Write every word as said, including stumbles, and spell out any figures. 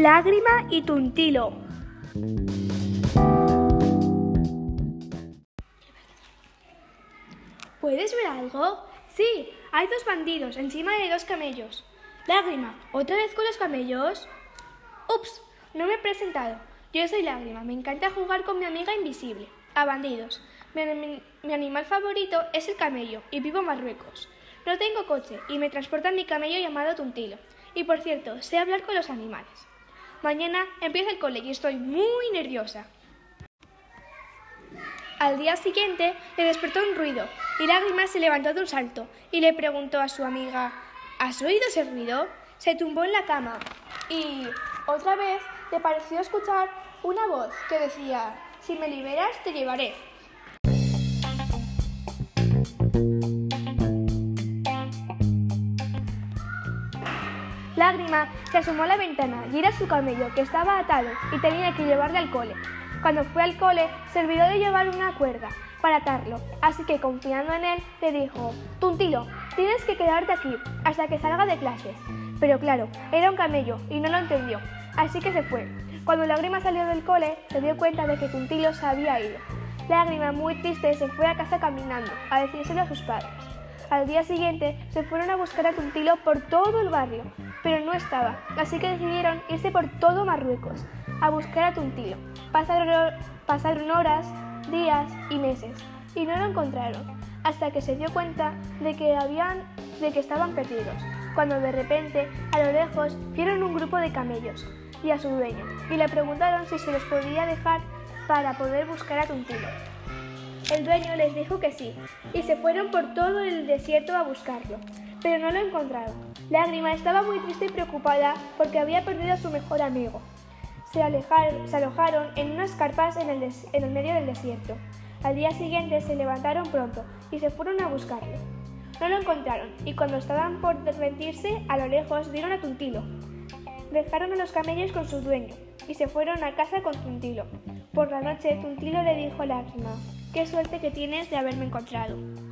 Lágrima y Tuntilo. ¿Puedes ver algo? Sí, hay dos bandidos encima de dos camellos. Lágrima, ¿otra vez con los camellos? Ups, no me he presentado. Yo soy Lágrima, me encanta jugar con mi amiga invisible. A bandidos. Mi, mi, mi animal favorito es el camello y vivo en Marruecos. No tengo coche y me transporta en mi camello llamado Tuntilo. Y por cierto, sé hablar con los animales. Mañana empieza el cole y estoy muy nerviosa. Al día siguiente le despertó un ruido y Lágrima se levantó de un salto y le preguntó a su amiga: ¿has oído ese ruido? Se tumbó en la cama y otra vez le pareció escuchar una voz que decía: si me liberas te llevaré. Lágrima se asomó a la ventana y era su camello, que estaba atado y tenía que llevarle al cole. Cuando fue al cole, se olvidó de llevar una cuerda para atarlo, así que confiando en él, le dijo: Tuntilo, tienes que quedarte aquí hasta que salga de clases. Pero claro, era un camello y no lo entendió, así que se fue. Cuando Lágrima salió del cole, se dio cuenta de que Tuntilo se había ido. Lágrima, muy triste, se fue a casa caminando, a decírselo a sus padres. Al día siguiente se fueron a buscar a Tuntilo por todo el barrio, pero no estaba, así que decidieron irse por todo Marruecos a buscar a Tuntilo. Pasaron, pasaron horas, días y meses y no lo encontraron, hasta que se dio cuenta de que, habían, de que estaban perdidos, cuando de repente a lo lejos vieron un grupo de camellos y a su dueño y le preguntaron si se los podía dejar para poder buscar a Tuntilo. El dueño les dijo que sí, y se fueron por todo el desierto a buscarlo, pero no lo encontraron. Lágrima estaba muy triste y preocupada porque había perdido a su mejor amigo. Se, alejaron, se alojaron en unas carpas en el, des, en el medio del desierto. Al día siguiente se levantaron pronto y se fueron a buscarlo. No lo encontraron, y cuando estaban por rendirse, a lo lejos vieron a Tuntilo. Dejaron a los camellos con su dueño y se fueron a casa con Tuntilo. Por la noche, Tuntilo le dijo a Lágrima: «Qué suerte que tienes de haberme encontrado».